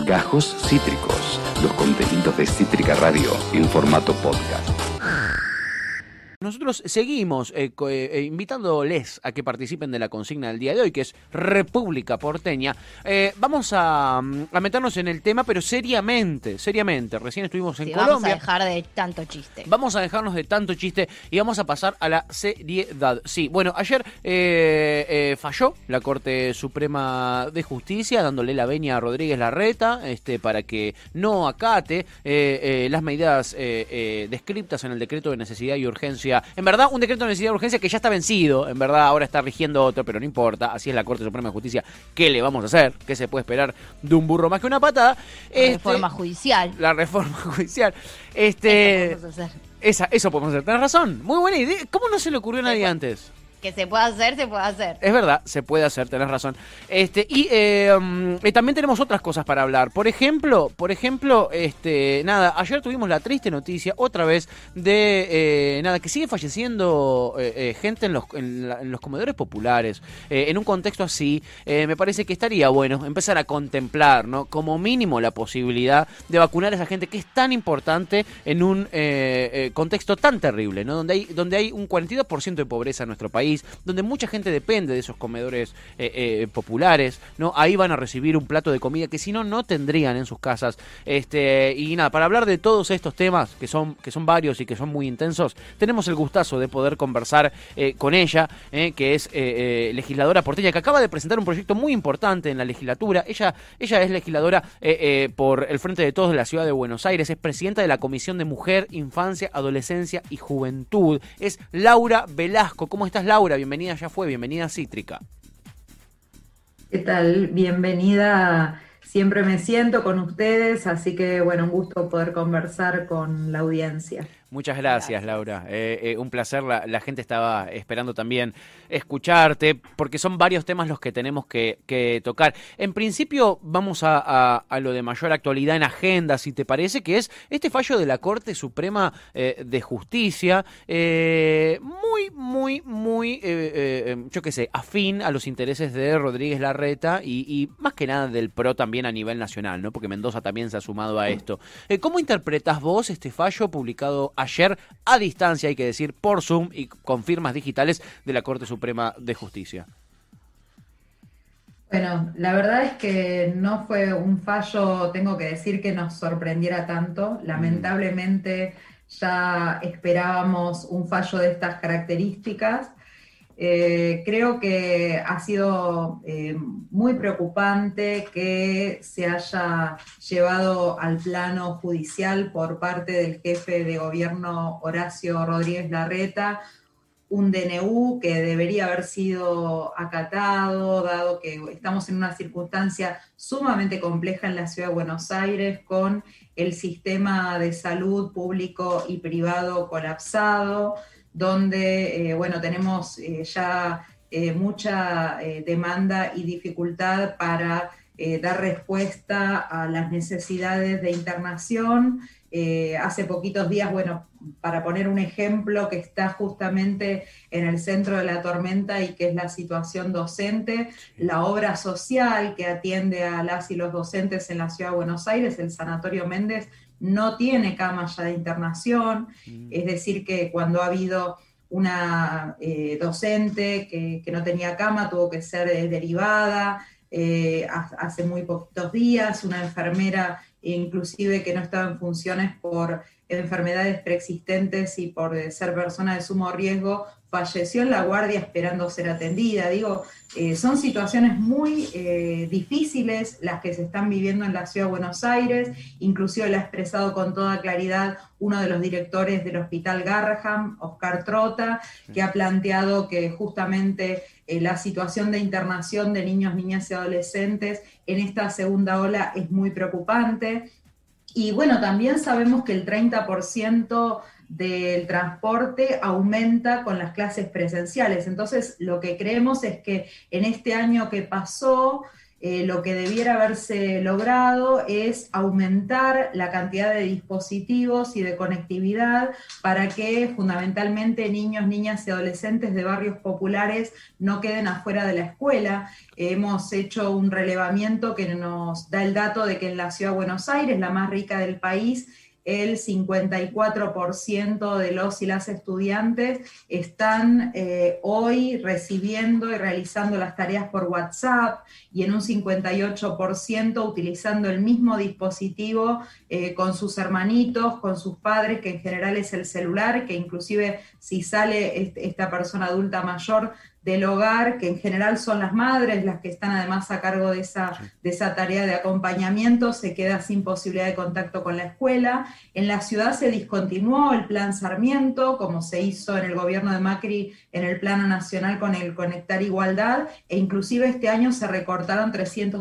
Gajos Cítricos, los contenidos de Cítrica Radio en formato podcast. Nosotros seguimos invitándoles a que participen de la consigna del día de hoy, que es República Porteña. Vamos a meternos en el tema, pero seriamente. Recién estuvimos en Colombia. Vamos a dejar de tanto chiste. Vamos a dejarnos de tanto chiste y vamos a pasar a la seriedad. Sí, bueno, ayer falló la Corte Suprema de Justicia, dándole la venia a Rodríguez Larreta para que no acate las medidas descriptas en el decreto de necesidad y urgencia. En verdad, un decreto de necesidad y urgencia que ya está vencido. En verdad, ahora está rigiendo otro, pero no importa. Así es la Corte Suprema de Justicia. ¿Qué le vamos a hacer? ¿Qué se puede esperar de un burro más que una patada? Reforma judicial. La reforma judicial. Eso podemos hacer. Eso podemos hacer. Tenés razón. Muy buena idea. ¿Cómo no se le ocurrió a nadie antes? Que se pueda hacer, se puede hacer. Es verdad, se puede hacer, tenés razón. Y también tenemos otras cosas para hablar. Por ejemplo, ayer tuvimos la triste noticia, otra vez, de que sigue falleciendo gente en los comedores populares. En un contexto así, me parece que estaría bueno empezar a contemplar, ¿no? Como mínimo la posibilidad de vacunar a esa gente que es tan importante en un contexto tan terrible, ¿no? Donde hay un 42% de pobreza en nuestro país, donde mucha gente depende de esos comedores populares, ¿no? Ahí van a recibir un plato de comida que si no tendrían en sus casas. Y nada, para hablar de todos estos temas, que son varios y que son muy intensos, tenemos el gustazo de poder conversar con ella, que es legisladora porteña, que acaba de presentar un proyecto muy importante en la legislatura. Ella es legisladora por el Frente de Todos de la Ciudad de Buenos Aires, es presidenta de la Comisión de Mujer, Infancia, Adolescencia y Juventud. Es Laura Velasco. ¿Cómo estás, Laura? Bienvenida, bienvenida a Cítrica. ¿Qué tal? Bienvenida. Siempre me siento con ustedes, así que bueno, un gusto poder conversar con la audiencia. Muchas gracias, Laura. Un placer. La gente estaba esperando también escucharte, porque son varios temas los que tenemos que tocar. En principio, vamos a lo de mayor actualidad en agenda, si te parece, que es este fallo de la Corte Suprema de Justicia, muy, yo qué sé, afín a los intereses de Rodríguez Larreta y más que nada del PRO también a nivel nacional, ¿no? Porque Mendoza también se ha sumado a esto. ¿Cómo interpretás vos este fallo publicado ayer a distancia, hay que decir, por Zoom y con firmas digitales de la Corte Suprema de Justicia? Bueno, la verdad es que no fue un fallo, tengo que decir, que nos sorprendiera tanto. Lamentablemente ya esperábamos un fallo de estas características. Creo que ha sido muy preocupante que se haya llevado al plano judicial por parte del jefe de gobierno Horacio Rodríguez Larreta un DNU que debería haber sido acatado, dado que estamos en una circunstancia sumamente compleja en la Ciudad de Buenos Aires, con el sistema de salud público y privado colapsado, donde tenemos ya mucha demanda y dificultad para dar respuesta a las necesidades de internación. Hace poquitos días, para poner un ejemplo que está justamente en el centro de la tormenta y que es la situación docente, la obra social que atiende a las y los docentes en la Ciudad de Buenos Aires, el Sanatorio Méndez, no tiene camas ya de internación. Es decir, que cuando ha habido una docente que no tenía cama, tuvo que ser derivada. Hace muy poquitos días, una enfermera inclusive que no estaba en funciones por enfermedades preexistentes y por ser persona de sumo riesgo, falleció en la guardia esperando ser atendida. Son situaciones muy difíciles las que se están viviendo en la Ciudad de Buenos Aires. Inclusive lo ha expresado con toda claridad uno de los directores del Hospital Garrahan, Oscar Trota, que ha planteado que justamente la situación de internación de niños, niñas y adolescentes en esta segunda ola es muy preocupante. Y también sabemos que el 30% del transporte aumenta con las clases presenciales. Entonces, lo que creemos es que en este año que pasó, lo que debiera haberse logrado es aumentar la cantidad de dispositivos y de conectividad para que fundamentalmente niños, niñas y adolescentes de barrios populares no queden afuera de la escuela. Hemos hecho un relevamiento que nos da el dato de que en la Ciudad de Buenos Aires, la más rica del país, el 54% de los y las estudiantes están hoy recibiendo y realizando las tareas por WhatsApp, y en un 58% utilizando el mismo dispositivo con sus hermanitos, con sus padres, que en general es el celular, que inclusive si sale esta persona adulta mayor del hogar, que en general son las madres las que están además a cargo de esa tarea de acompañamiento, se queda sin posibilidad de contacto con la escuela. En la ciudad se discontinuó el Plan Sarmiento, como se hizo en el gobierno de Macri en el Plano Nacional con el Conectar Igualdad, e inclusive este año se recortaron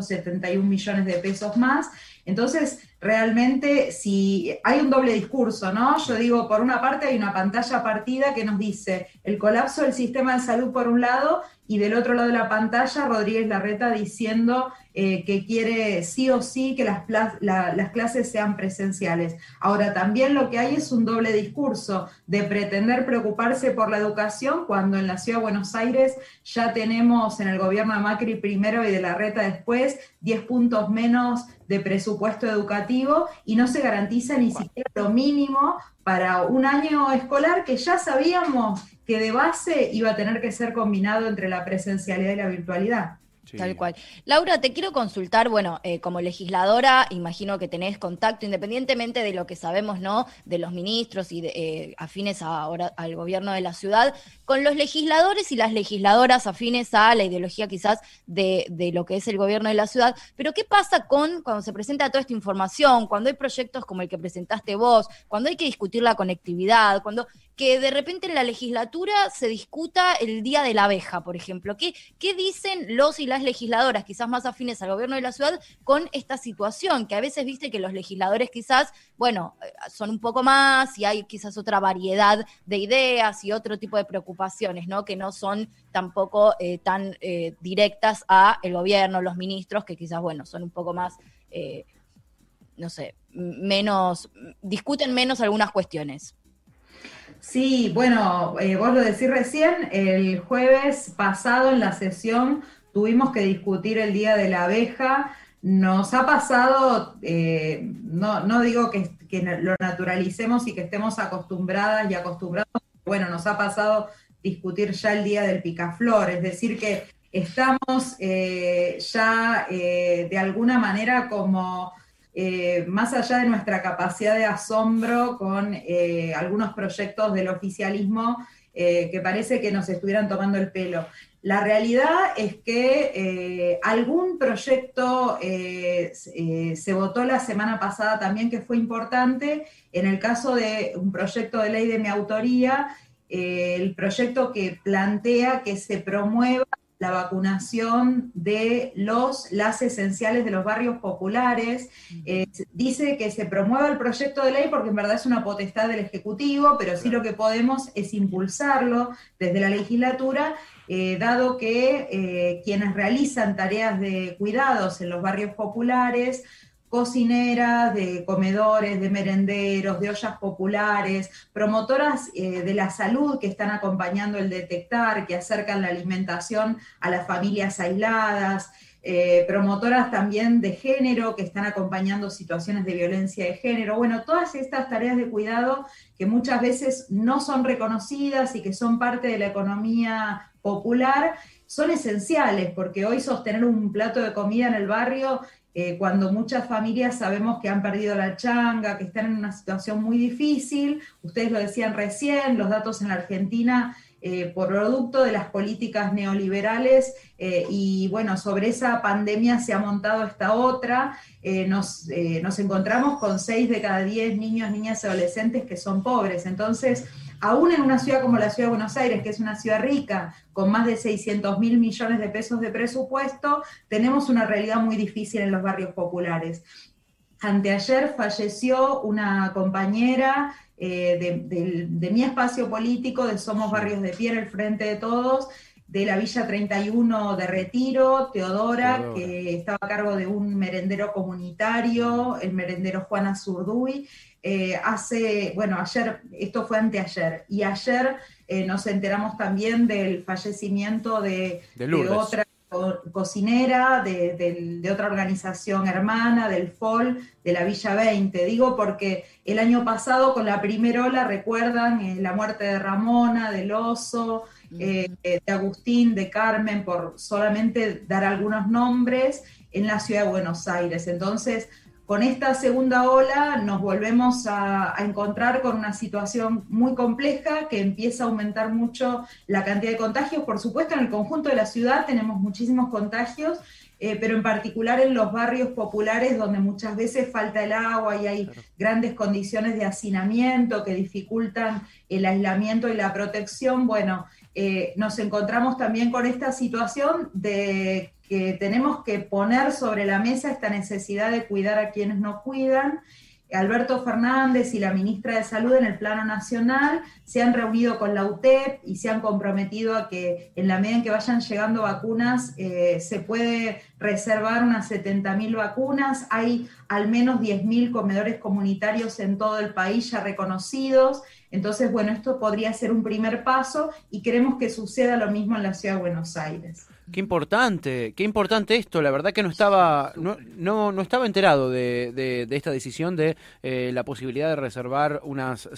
371 millones de pesos más. Entonces, realmente, si hay un doble discurso, ¿no? Yo digo, por una parte hay una pantalla partida que nos dice el colapso del sistema de salud por un lado, y del otro lado de la pantalla Rodríguez Larreta diciendo que quiere sí o sí que las clases sean presenciales. Ahora, también lo que hay es un doble discurso de pretender preocuparse por la educación cuando en la Ciudad de Buenos Aires ya tenemos en el gobierno de Macri primero y de Larreta después 10 puntos menos de presupuesto educativo, y no se garantiza ni siquiera lo mínimo para un año escolar que ya sabíamos que de base iba a tener que ser combinado entre la presencialidad y la virtualidad. Sí. Tal cual. Laura, te quiero consultar, bueno, como legisladora, imagino que tenés contacto, independientemente de lo que sabemos, ¿no?, de los ministros y afines ahora al gobierno de la ciudad, con los legisladores y las legisladoras afines a la ideología quizás de lo que es el gobierno de la ciudad. Pero ¿qué pasa cuando se presenta toda esta información, cuando hay proyectos como el que presentaste vos, cuando hay que discutir la conectividad, cuando que de repente en la legislatura se discuta el Día de la Abeja, por ejemplo? ¿Qué dicen los y las legisladoras, quizás más afines al gobierno de la ciudad, con esta situación? Que a veces viste que los legisladores quizás, bueno, son un poco más y hay quizás otra variedad de ideas y otro tipo de preocupaciones, ¿no?, que no son tampoco tan directas a el gobierno, los ministros, que quizás, bueno, son un poco más, no sé, discuten menos algunas cuestiones. Sí, bueno, vos lo decís recién, el jueves pasado en la sesión tuvimos que discutir el Día de la Abeja. Nos ha pasado, no digo que lo naturalicemos y que estemos acostumbradas y acostumbrados, bueno, nos ha pasado discutir ya el Día del Picaflor, es decir que estamos ya de alguna manera como más allá de nuestra capacidad de asombro con algunos proyectos del oficialismo que parece que nos estuvieran tomando el pelo. La realidad es que algún proyecto se votó la semana pasada también que fue importante. En el caso de un proyecto de ley de mi autoría, el proyecto que plantea que se promueva la vacunación de las esenciales de los barrios populares. Dice que se mueva el proyecto de ley porque en verdad es una potestad del Ejecutivo, pero sí lo que podemos es impulsarlo desde la legislatura, dado que quienes realizan tareas de cuidados en los barrios populares, cocineras, de comedores, de merenderos, de ollas populares, promotoras de la salud que están acompañando el detectar, que acercan la alimentación a las familias aisladas, promotoras también de género que están acompañando situaciones de violencia de género. Bueno, todas estas tareas de cuidado que muchas veces no son reconocidas y que son parte de la economía popular, son esenciales, porque hoy sostener un plato de comida en el barrio, cuando muchas familias sabemos que han perdido la changa, que están en una situación muy difícil, ustedes lo decían recién, los datos en la Argentina, por producto de las políticas neoliberales, y bueno, sobre esa pandemia se ha montado esta otra, nos encontramos con 6 de cada 10 niños, niñas y adolescentes que son pobres. Entonces, aún en una ciudad como la Ciudad de Buenos Aires, que es una ciudad rica, con más de 600.000 millones de pesos de presupuesto, tenemos una realidad muy difícil en los barrios populares. Anteayer falleció una compañera de mi espacio político, de Somos Barrios de Pie, el Frente de Todos, de la Villa 31 de Retiro, Teodora, que estaba a cargo de un merendero comunitario, el merendero Juana Zurduy. Ayer, esto fue anteayer, y ayer nos enteramos también del fallecimiento de otra cocinera, de otra organización hermana, del FOL, de la Villa 20. Digo porque el año pasado, con la primera ola, recuerdan la muerte de Ramona, del Oso, de Agustín, de Carmen, por solamente dar algunos nombres, en la ciudad de Buenos Aires. Entonces, con esta segunda ola nos volvemos a encontrar con una situación muy compleja, que empieza a aumentar mucho la cantidad de contagios. Por supuesto, en el conjunto de la ciudad tenemos muchísimos contagios, pero en particular en los barrios populares, donde muchas veces falta el agua y hay grandes condiciones de hacinamiento que dificultan el aislamiento y la protección. Bueno, nos encontramos también con esta situación de que tenemos que poner sobre la mesa esta necesidad de cuidar a quienes nos cuidan. Alberto Fernández y la ministra de Salud, en el plano nacional, se han reunido con la UTEP y se han comprometido a que en la medida en que vayan llegando vacunas, se puede reservar unas 70.000 vacunas. Hay al menos 10.000 comedores comunitarios en todo el país ya reconocidos. Entonces, bueno, esto podría ser un primer paso, y queremos que suceda lo mismo en la ciudad de Buenos Aires. Qué importante esto. La verdad que no estaba enterado de esta decisión de la posibilidad de reservar unas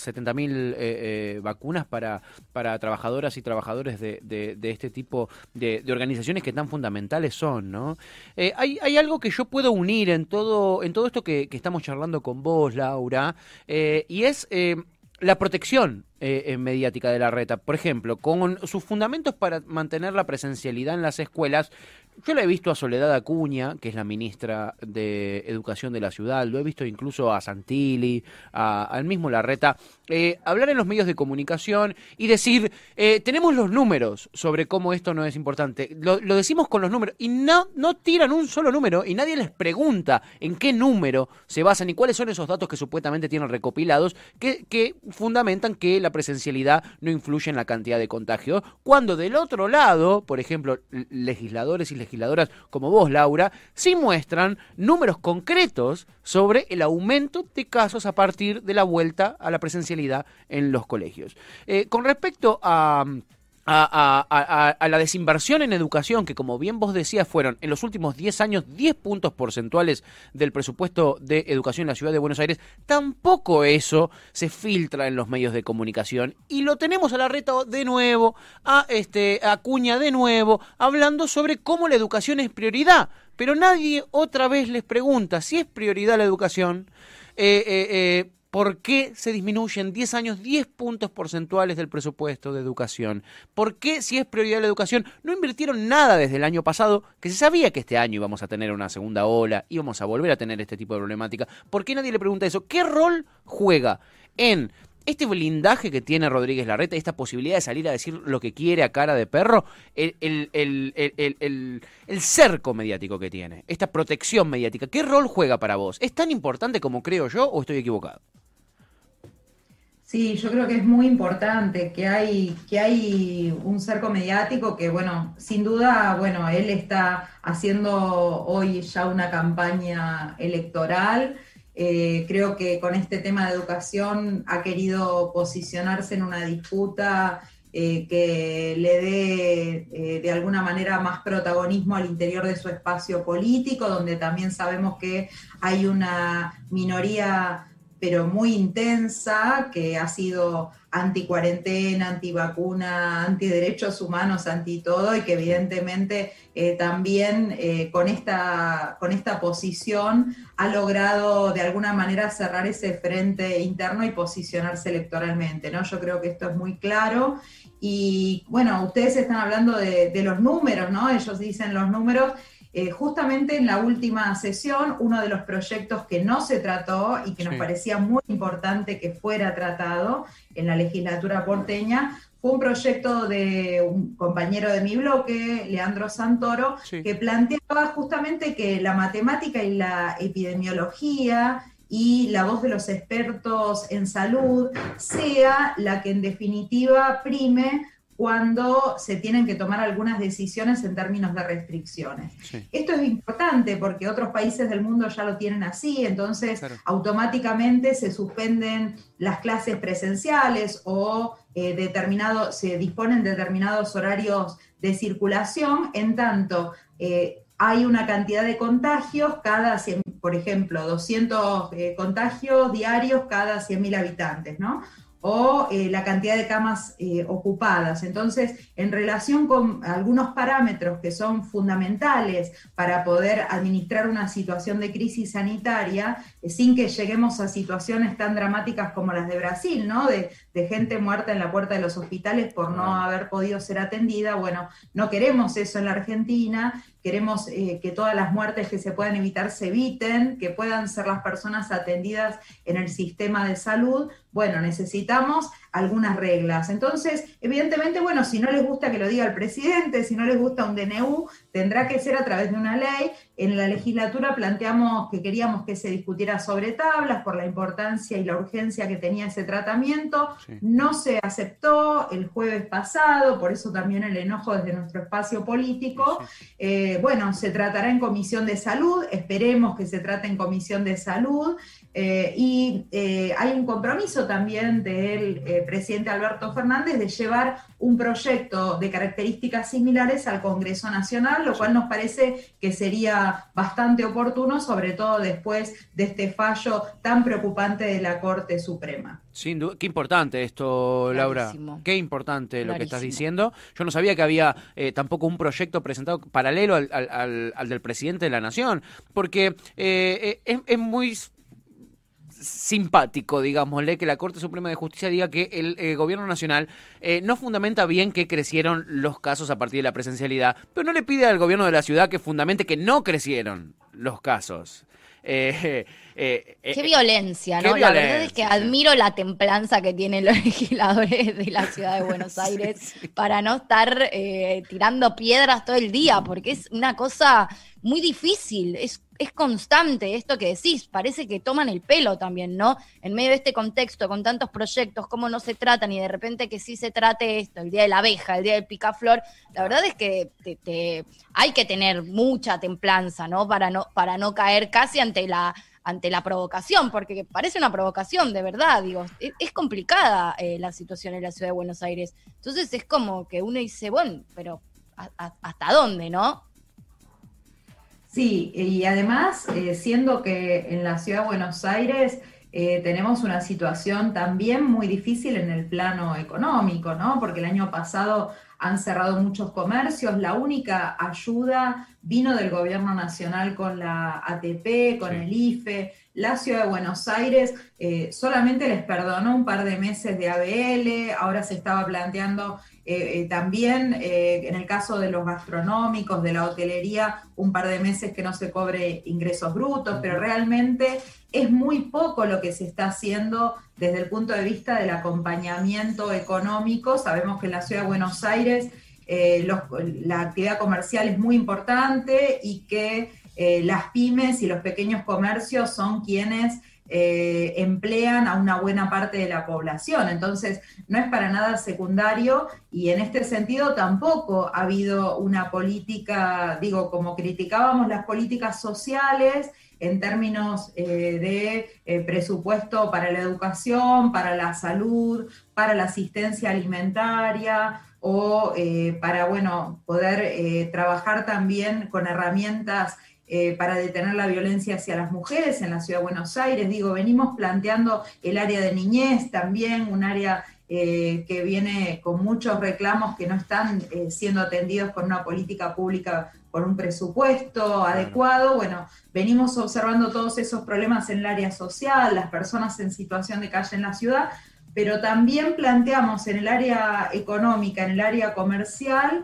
70.000 vacunas para trabajadoras y trabajadores de este tipo de organizaciones que tan fundamentales son, ¿no? Hay algo que yo puedo unir en todo esto que estamos charlando con vos, Laura, y es la protección mediática de la reta. Por ejemplo, con sus fundamentos para mantener la presencialidad en las escuelas. Yo la he visto a Soledad Acuña, que es la ministra de Educación de la ciudad, lo he visto incluso a Santilli, al mismo Larreta, hablar en los medios de comunicación y decir, tenemos los números sobre cómo esto no es importante. Lo decimos con los números, y no tiran un solo número, y nadie les pregunta en qué número se basan y cuáles son esos datos que supuestamente tienen recopilados, que fundamentan que la presencialidad no influye en la cantidad de contagios, cuando del otro lado, por ejemplo, legisladores y legisladoras como vos, Laura, sí muestran números concretos sobre el aumento de casos a partir de la vuelta a la presencialidad en los colegios. Con respecto a la desinversión en educación, que como bien vos decías fueron en los últimos 10 años 10 puntos porcentuales del presupuesto de educación en la ciudad de Buenos Aires, tampoco eso se filtra en los medios de comunicación, y lo tenemos a Larreta de nuevo, a Acuña de nuevo, hablando sobre cómo la educación es prioridad, pero nadie otra vez les pregunta si es prioridad la educación, ¿por qué se disminuyen 10 años 10 puntos porcentuales del presupuesto de educación? ¿Por qué, si es prioridad la educación, no invirtieron nada desde el año pasado, que se sabía que este año íbamos a tener una segunda ola, íbamos a volver a tener este tipo de problemática? ¿Por qué nadie le pregunta eso? ¿Qué rol juega en este blindaje que tiene Rodríguez Larreta, esta posibilidad de salir a decir lo que quiere a cara de perro, el cerco mediático que tiene, esta protección mediática? ¿Qué rol juega para vos? ¿Es tan importante como creo yo, o estoy equivocado? Sí, yo creo que es muy importante que hay un cerco mediático que, bueno, sin duda, bueno, él está haciendo hoy ya una campaña electoral. Creo que con este tema de educación ha querido posicionarse en una disputa que le dé de alguna manera más protagonismo al interior de su espacio político, donde también sabemos que hay una minoría pero muy intensa, que ha sido anti-cuarentena, anti-vacuna, anti-derechos humanos, anti-todo, y que evidentemente también con esta posición ha logrado de alguna manera cerrar ese frente interno y posicionarse electoralmente, ¿no? Yo creo que esto es muy claro. Y bueno, ustedes están hablando de los números, ¿no? Ellos dicen los números. Justamente en la última sesión, uno de los proyectos que no se trató y que nos parecía muy importante que fuera tratado en la legislatura porteña, fue un proyecto de un compañero de mi bloque, Leandro Santoro, que planteaba justamente que la matemática y la epidemiología y la voz de los expertos en salud sea la que en definitiva prime cuando se tienen que tomar algunas decisiones en términos de restricciones. Sí. Esto es importante porque otros países del mundo ya lo tienen así, entonces automáticamente se suspenden las clases presenciales o se disponen determinados horarios de circulación, en tanto hay una cantidad de contagios por ejemplo, 200 contagios diarios cada 100.000 habitantes, ¿no? O la cantidad de camas ocupadas. Entonces, en relación con algunos parámetros que son fundamentales para poder administrar una situación de crisis sanitaria, sin que lleguemos a situaciones tan dramáticas como las de Brasil, ¿no? De gente muerta en la puerta de los hospitales por no haber podido ser atendida. Bueno, no queremos eso en la Argentina. Queremos que todas las muertes que se puedan evitar se eviten, que puedan ser las personas atendidas en el sistema de salud. Bueno, necesitamos algunas reglas. Entonces, evidentemente, bueno, si no les gusta que lo diga el presidente, si no les gusta un DNU, tendrá que ser a través de una ley. En la legislatura planteamos que queríamos que se discutiera sobre tablas por la importancia y la urgencia que tenía ese tratamiento. Sí. No se aceptó el jueves pasado, por eso también el enojo desde nuestro espacio político. Sí. Bueno, se tratará en Comisión de Salud, esperemos que se trate en Comisión de Salud, y hay un compromiso también del presidente Alberto Fernández de llevar un proyecto de características similares al Congreso Nacional, lo cual nos parece que sería bastante oportuno, sobre todo después de este fallo tan preocupante de la Corte Suprema. Sin duda, qué importante esto, Laura. Qué importante lo que estás diciendo. Yo no sabía que había tampoco un proyecto presentado paralelo al del presidente de la Nación, porque es muy simpático, digámosle, que la Corte Suprema de Justicia diga que el gobierno nacional no fundamenta bien que crecieron los casos a partir de la presencialidad, pero no le pide al gobierno de la ciudad que fundamente que no crecieron los casos. Qué violencia, ¿no? La verdad es que admiro la templanza que tienen los legisladores de la ciudad de Buenos Aires para no estar tirando piedras todo el día, porque es una cosa muy difícil, es constante esto que decís, parece que toman el pelo también, ¿no? En medio de este contexto, con tantos proyectos, cómo no se tratan, y de repente que sí se trate esto, el día de la abeja, el día del picaflor, la verdad es que hay que tener mucha templanza, ¿no? Para no caer casi ante la provocación, porque parece una provocación, de verdad, digo, es complicada la situación en la ciudad de Buenos Aires. Entonces es como que uno dice, bueno, pero ¿hasta dónde, no? Sí, y además, siendo que en la ciudad de Buenos Aires tenemos una situación también muy difícil en el plano económico, ¿no? Porque el año pasado han cerrado muchos comercios, la única ayuda vino del gobierno nacional con la ATP, con el IFE. La ciudad de Buenos Aires solamente les perdonó un par de meses de ABL, ahora se estaba planteando también en el caso de los gastronómicos, de la hotelería, un par de meses que no se cobre ingresos brutos, pero realmente es muy poco lo que se está haciendo desde el punto de vista del acompañamiento económico. Sabemos que en la ciudad de Buenos Aires la actividad comercial es muy importante y que las pymes y los pequeños comercios son quienes emplean a una buena parte de la población, entonces no es para nada secundario, y en este sentido tampoco ha habido una política, digo, como criticábamos las políticas sociales en términos de presupuesto para la educación, para la salud, para la asistencia alimentaria, o para, bueno, poder trabajar también con herramientas para detener la violencia hacia las mujeres en la ciudad de Buenos Aires. Digo, venimos planteando el área de niñez también, un área que viene con muchos reclamos que no están siendo atendidos por una política pública, por un presupuesto adecuado. Bueno, venimos observando todos esos problemas en el área social, las personas en situación de calle en la ciudad, pero también planteamos en el área económica, en el área comercial,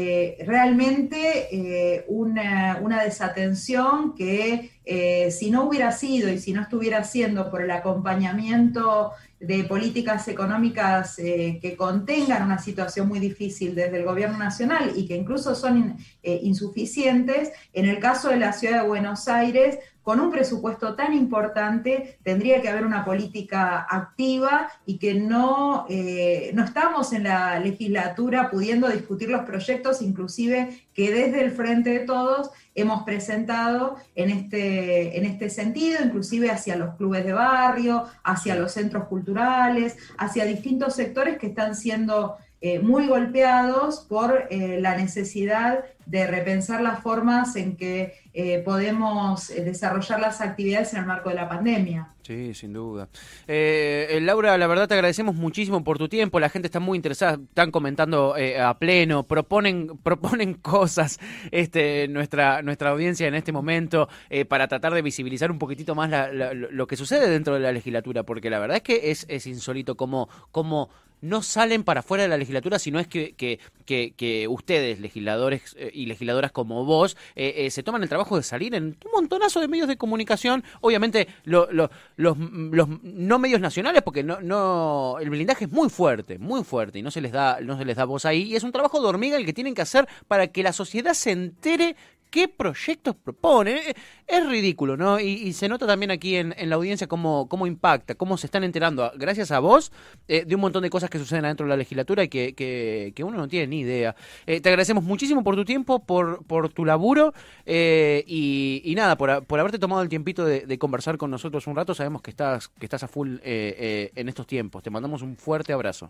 realmente una desatención que si no hubiera sido y si no estuviera siendo por el acompañamiento de políticas económicas que contengan una situación muy difícil desde el gobierno nacional y que incluso son insuficientes, en el caso de la ciudad de Buenos Aires con un presupuesto tan importante tendría que haber una política activa y que no estamos en la legislatura pudiendo discutir los proyectos, inclusive que desde el Frente de Todos hemos presentado en este sentido, inclusive hacia los clubes de barrio, hacia los centros culturales, hacia distintos sectores que están siendo muy golpeados por la necesidad de repensar las formas en que podemos desarrollar las actividades en el marco de la pandemia. Sí, sin duda. Laura, la verdad te agradecemos muchísimo por tu tiempo, la gente está muy interesada, están comentando a pleno, proponen cosas nuestra audiencia en este momento para tratar de visibilizar un poquitito más lo que sucede dentro de la legislatura, porque la verdad es que es insólito cómo no salen para afuera de la legislatura, sino es que ustedes, legisladores y legisladoras como vos, se toman el trabajo de salir en un montonazo de medios de comunicación, obviamente los no medios nacionales, porque no el blindaje es muy fuerte y no se les da voz ahí, y es un trabajo de hormiga el que tienen que hacer para que la sociedad se entere qué proyectos proponen. Es ridículo, ¿no? Y se nota también aquí en la audiencia cómo impacta, cómo se están enterando, gracias a vos, de un montón de cosas que suceden adentro de la legislatura y que uno no tiene ni idea. Te agradecemos muchísimo por tu tiempo, por tu laburo y nada, por haberte tomado el tiempito de conversar con nosotros un rato. Sabemos que estás a full en estos tiempos. Te mandamos un fuerte abrazo.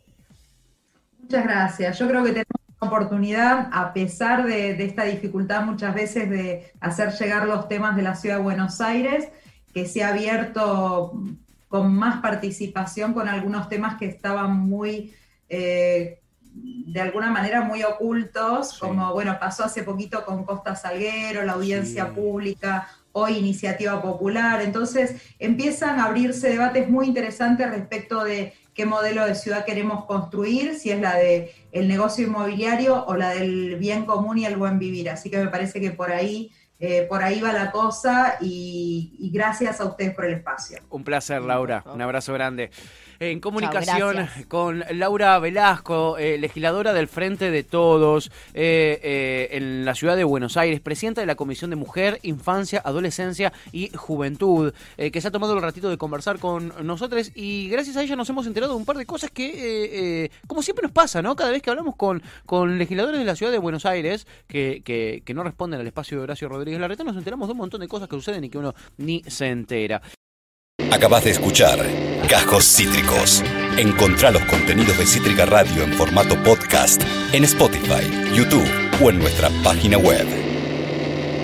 Muchas gracias. Yo creo que tenemos oportunidad, a pesar de esta dificultad muchas veces de hacer llegar los temas de la Ciudad de Buenos Aires, que se ha abierto con más participación con algunos temas que estaban muy, de alguna manera muy ocultos, sí. Como pasó hace poquito con Costa Salguero, la audiencia pública, hoy Iniciativa Popular. Entonces empiezan a abrirse debates muy interesantes respecto de qué modelo de ciudad queremos construir, si es la de el negocio inmobiliario o la del bien común y el buen vivir. Así que me parece que por ahí va la cosa y gracias a ustedes por el espacio. Un placer, Laura. Un abrazo grande. En comunicación con Laura Velasco, legisladora del Frente de Todos en la ciudad de Buenos Aires, presidenta de la Comisión de Mujer, Infancia, Adolescencia y Juventud, que se ha tomado el ratito de conversar con nosotros, y gracias a ella nos hemos enterado de un par de cosas que, como siempre nos pasa, ¿no? Cada vez que hablamos con legisladores de la ciudad de Buenos Aires que no responden al espacio de Horacio Rodríguez Larreta, nos enteramos de un montón de cosas que suceden y que uno ni se entera. Acabas de escuchar Cajos Cítricos. Encontrá los contenidos de Cítrica Radio en formato podcast en Spotify, YouTube o en nuestra página web.